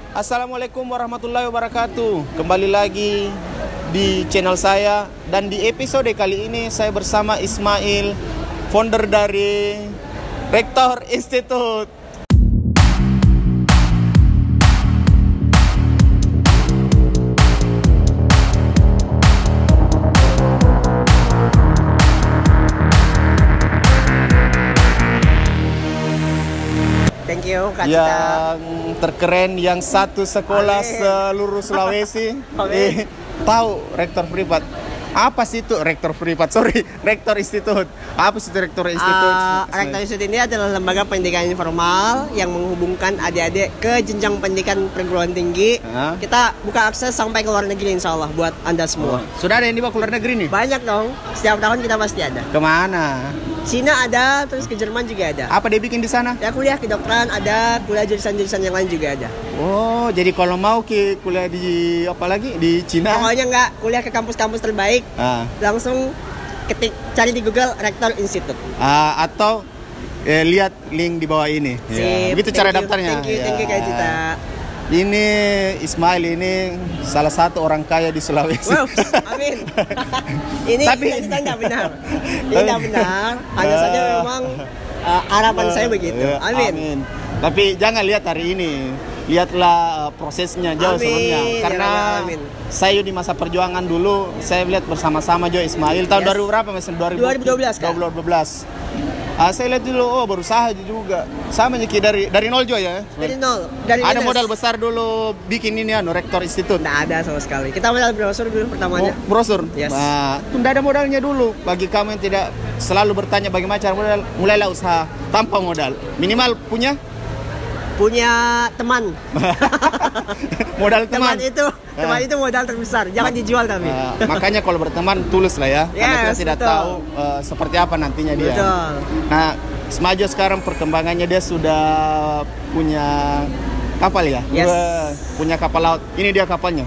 Assalamualaikum warahmatullahi wabarakatuh. Kembali lagi di channel saya. Dan di episode kali ini saya bersama Ismail, founder dari Rektor Institute. Thank you, Kak Cita. Yang terkeren, yang satu sekolah seluruh Sulawesi. Tahu Rektor Privat. Apa sih itu Rektor Privat? Rektor Institute. Apa sih itu Rektor Institute? Rektor Institute ini adalah lembaga pendidikan informal yang menghubungkan adik-adik ke jenjang pendidikan perguruan tinggi. Kita buka akses sampai ke luar negeri, insya Allah, buat Anda semua. Sudah ada yang dibawa ke luar negeri nih? Banyak dong. Setiap tahun kita pasti ada. Kemana? Cina ada, terus ke Jerman juga ada. Apa dia bikin di sana? Ya, kuliah kedokteran ada, kuliah jurusan-jurusan yang lain juga ada. Oh, jadi kalau mau kuliah di apa lagi di Cina? Pokoknya enggak kuliah ke kampus-kampus terbaik, langsung cari di Google Rektor Institute. Atau lihat link di bawah ini. Begitu cara daftarnya. Thank you Kak Cita. Ini Ismail ini salah satu orang kaya di Sulawesi. Wow, amin. Ini kita tidak benar. Ini tidak benar. Hanya saja memang harapan saya begitu. Amin. Tapi jangan lihat hari ini. Lihatlah prosesnya jauh sebelumnya. Karena saya di masa perjuangan dulu, saya lihat bersama-sama Jo Ismail tahun 2000 berapa Mas? 2012 kan? 2012. Saya lihat dulu, berusaha juga. Sama Jeki dari nol Jo ya? Dari nol. Ada modal besar dulu bikin ini Rektor Institute? Nggak ada sama sekali. Kita modal brosur dulu pertamanya. Brosur? Yes. Nggak ada modalnya dulu. Bagi kamu yang tidak selalu bertanya bagaimana cara modal, mulailah usaha tanpa modal. Minimal punya teman. Modal teman itu modal terbesar. Jangan dijual tapi. Makanya kalau berteman tulus lah ya. Karena kita tidak tahu seperti apa nantinya dia. Betul. Nah, Smajo sekarang perkembangannya dia sudah punya kapal ya. Yes. Punya kapal laut. Ini dia kapalnya.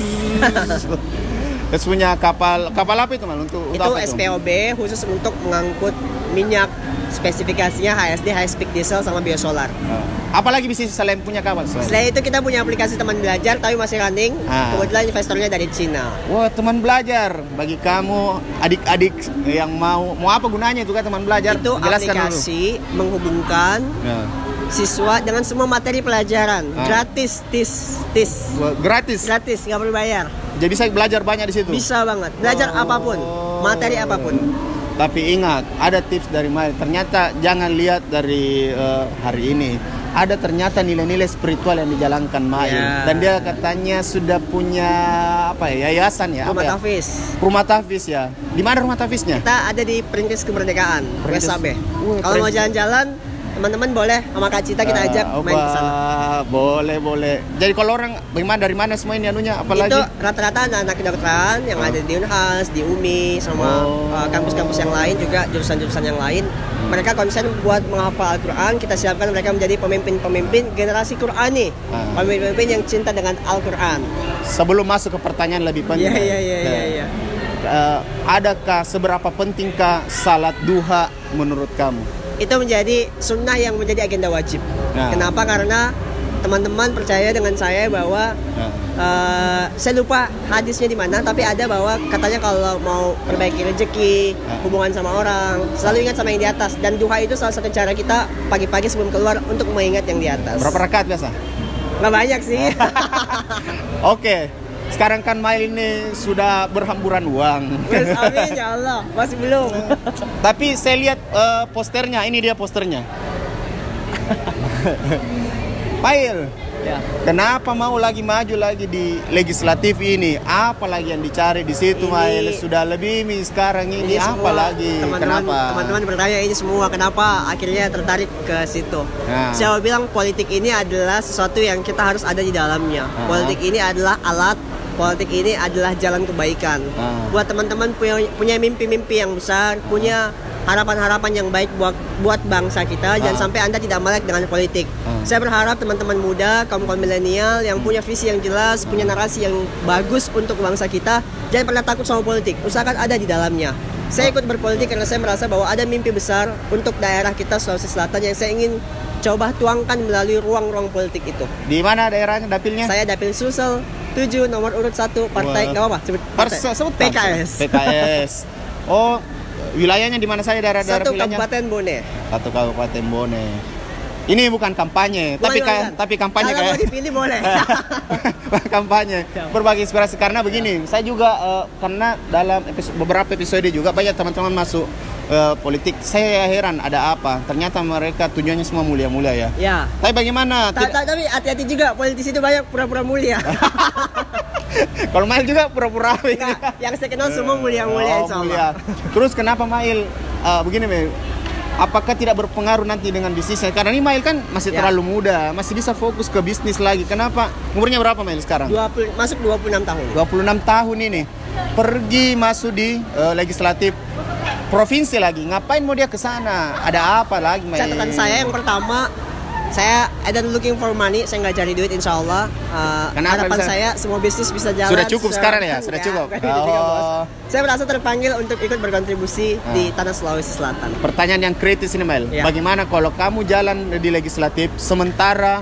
Terus punya kapal apa itu Mal? Untuk itu apa SPOB khusus untuk mengangkut minyak. Spesifikasinya HSD, high speed diesel sama biosolar. Apalagi bisa selain punya kapal? Selain itu kita punya aplikasi teman belajar, tapi masih running. Kebetulan investornya dari Cina. Wah, teman belajar. Bagi kamu adik-adik yang mau apa gunanya itu kan teman belajar? Itu jelaskan aplikasi dulu. menghubungkan siswa dengan semua materi pelajaran. Gratis, Gratis, nggak perlu bayar. Jadi saya belajar banyak di situ. Bisa banget, belajar apapun, materi apapun. Tapi ingat, ada tips dari Mail. Ternyata jangan lihat dari hari ini. Ada ternyata nilai-nilai spiritual yang dijalankan Mail. Dan dia katanya sudah punya yayasan ya? Rumah Tafis ya. Di mana rumah Tafisnya? Kita ada di Perintis Kemerdekaan, WSAB. Kalau mau jalan-jalan, teman-teman boleh sama Kak Cita kita ajak main ke sana. Boleh. Jadi kalau orang dari mana semua ini anunya apalagi? Itu rata-rata anak-anak kedokteran yang ada di Unhas, di UMI sama kampus-kampus yang lain juga jurusan-jurusan yang lain. Mereka konsen buat menghafal Al-Qur'an. Kita siapkan mereka menjadi pemimpin generasi Qur'ani. Pemimpin yang cinta dengan Al-Qur'an. Sebelum masuk ke pertanyaan lebih penting. Iya. Adakah seberapa pentingkah salat duha menurut kamu? Itu menjadi sunnah yang menjadi agenda wajib. Kenapa? Karena teman-teman percaya dengan saya bahwa saya lupa hadisnya di mana, tapi ada bahwa katanya kalau mau perbaiki rezeki, hubungan sama orang, selalu ingat sama yang di atas. Dan duha itu salah satu cara kita pagi-pagi sebelum keluar untuk mengingat yang di atas. Berapa rakaat biasa? Nggak banyak sih. Oke. Sekarang kan Mail ini sudah berhamburan uang. Amin ya Allah, masih belum. Tapi saya lihat posternya, ini dia posternya. Mail, kenapa mau maju lagi di legislatif ini? Apa lagi yang dicari di situ Mail? Sudah lebih sekarang ini apa lagi? Kenapa? Teman-teman bertanya ini semua, kenapa akhirnya tertarik ke situ? Saya bilang politik ini adalah sesuatu yang kita harus ada di dalamnya. Politik ini adalah alat. Politik ini adalah jalan kebaikan. Buat teman-teman punya mimpi-mimpi yang besar, punya harapan-harapan yang baik buat bangsa kita. Jangan sampai Anda tidak melek dengan politik. Saya berharap teman-teman muda, kaum milenial yang punya visi yang jelas, punya narasi yang bagus untuk bangsa kita, jangan pernah takut sama politik. Usahakan ada di dalamnya. Saya ikut berpolitik karena saya merasa bahwa ada mimpi besar untuk daerah kita Sulawesi Selatan yang saya ingin coba tuangkan melalui ruang-ruang politik itu. Di mana daerahnya dapilnya? Saya dapil Sulsel 7 nomor urut 1 partai enggak apa-apa sebut PKS. PKS. Oh, wilayahnya di mana saja daerah-daerah wilayahnya? Kabupaten Bone. Satu Kabupaten Bone. Ini bukan kampanye, tapi kampanye kalau mau dipilih boleh. Kampanye, berbagi inspirasi karena begini, saya juga karena dalam beberapa episode juga banyak teman-teman masuk politik, saya heran ada apa? Ternyata mereka tujuannya semua mulia-mulia ya. Ya. Tapi bagaimana? Tapi hati-hati juga, politisi itu banyak pura-pura mulia. Kalau Mail juga pura-pura. Yang saya kenal semua mulia-mulia insyaallah. Terus kenapa Mail begini Mail? Apakah tidak berpengaruh nanti dengan bisnisnya? Karena ini Mail kan masih terlalu muda, masih bisa fokus ke bisnis lagi. Kenapa? Umurnya berapa Mail sekarang? Masuk 26 tahun. 26 tahun ini. Pergi masuk di legislatif provinsi lagi. Ngapain mau dia ke sana? Ada apa lagi Mail? Catatan saya yang pertama, saya don't looking for money, saya nggak cari duit insyaallah. Harapan saya semua bisnis bisa jalan. Sudah cukup sekarang ya? Sudah cukup? Saya merasa terpanggil untuk ikut berkontribusi di tanah Sulawesi Selatan. Pertanyaan yang kritis ini Mel, bagaimana kalau kamu jalan di legislatif sementara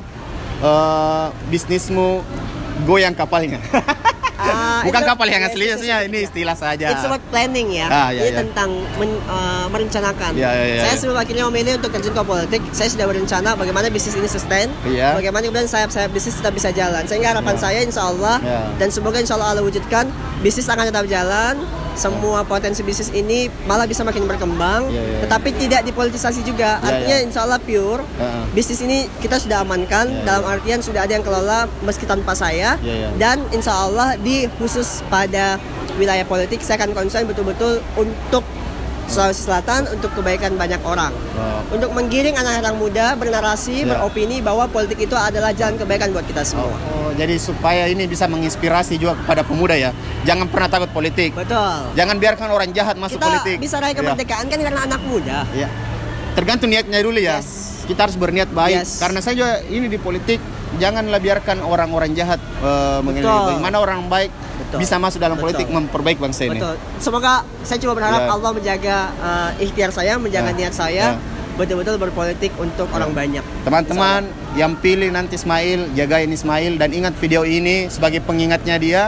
bisnismu goyang kapalnya? Bukan kapal yang aslinya, ini istilah saja. It's about planning ya. Ini tentang merencanakan. Saya sebelum akhirnya memilih untuk terjun ke politik, saya sudah berencana bagaimana bisnis ini sustain, bagaimana kemudian sayap-sayap bisnis tetap bisa jalan. Sehingga harapan saya insya Allah dan semoga insya Allah wujudkan, bisnis akan tetap jalan. Semua potensi bisnis ini malah bisa makin berkembang, tetapi tidak dipolitisasi juga. Artinya insya Allah pure. Bisnis ini kita sudah amankan, dalam artian sudah ada yang kelola meski tanpa saya. Dan insya Allah di khusus pada wilayah politik saya akan concern betul-betul untuk Sulawesi Selatan, untuk kebaikan banyak orang, untuk menggiring anak-anak muda bernarasi, beropini bahwa politik itu adalah jalan kebaikan buat kita semua. Jadi supaya ini bisa menginspirasi juga kepada pemuda ya. Jangan pernah takut politik. Betul. Jangan biarkan orang jahat masuk politik. Kita bisa raih kemerdekaan kan karena anak muda. Tergantung niatnya dulu ya. Kita harus berniat baik. Karena saya juga ini di politik, janganlah biarkan orang-orang jahat mengenai bagaimana orang baik bisa masuk dalam politik memperbaiki bangsa ini. Semoga saya cuma berharap Allah menjaga ikhtiar saya, menjaga niat saya betul-betul berpolitik untuk orang banyak. Teman-teman yang pilih nanti Ismail, jagain Ismail dan ingat video ini sebagai pengingatnya dia.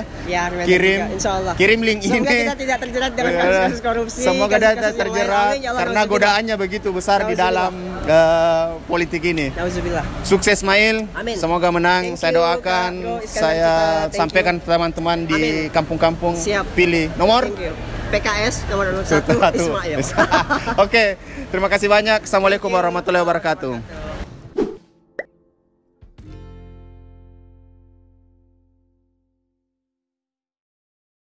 Kirim link ini. Semoga kita tidak terjerat dengan kasus-kasus korupsi. Semoga tidak terjerat karena godaannya begitu besar di dalam politik ini. Sukses Ismail. Semoga menang. Saya doakan. Saya sampaikan ke teman-teman di kampung-kampung. Pilih nomor PKS nomor 1 Ismail. Oke, terima kasih banyak. Assalamualaikum warahmatullahi wabarakatuh.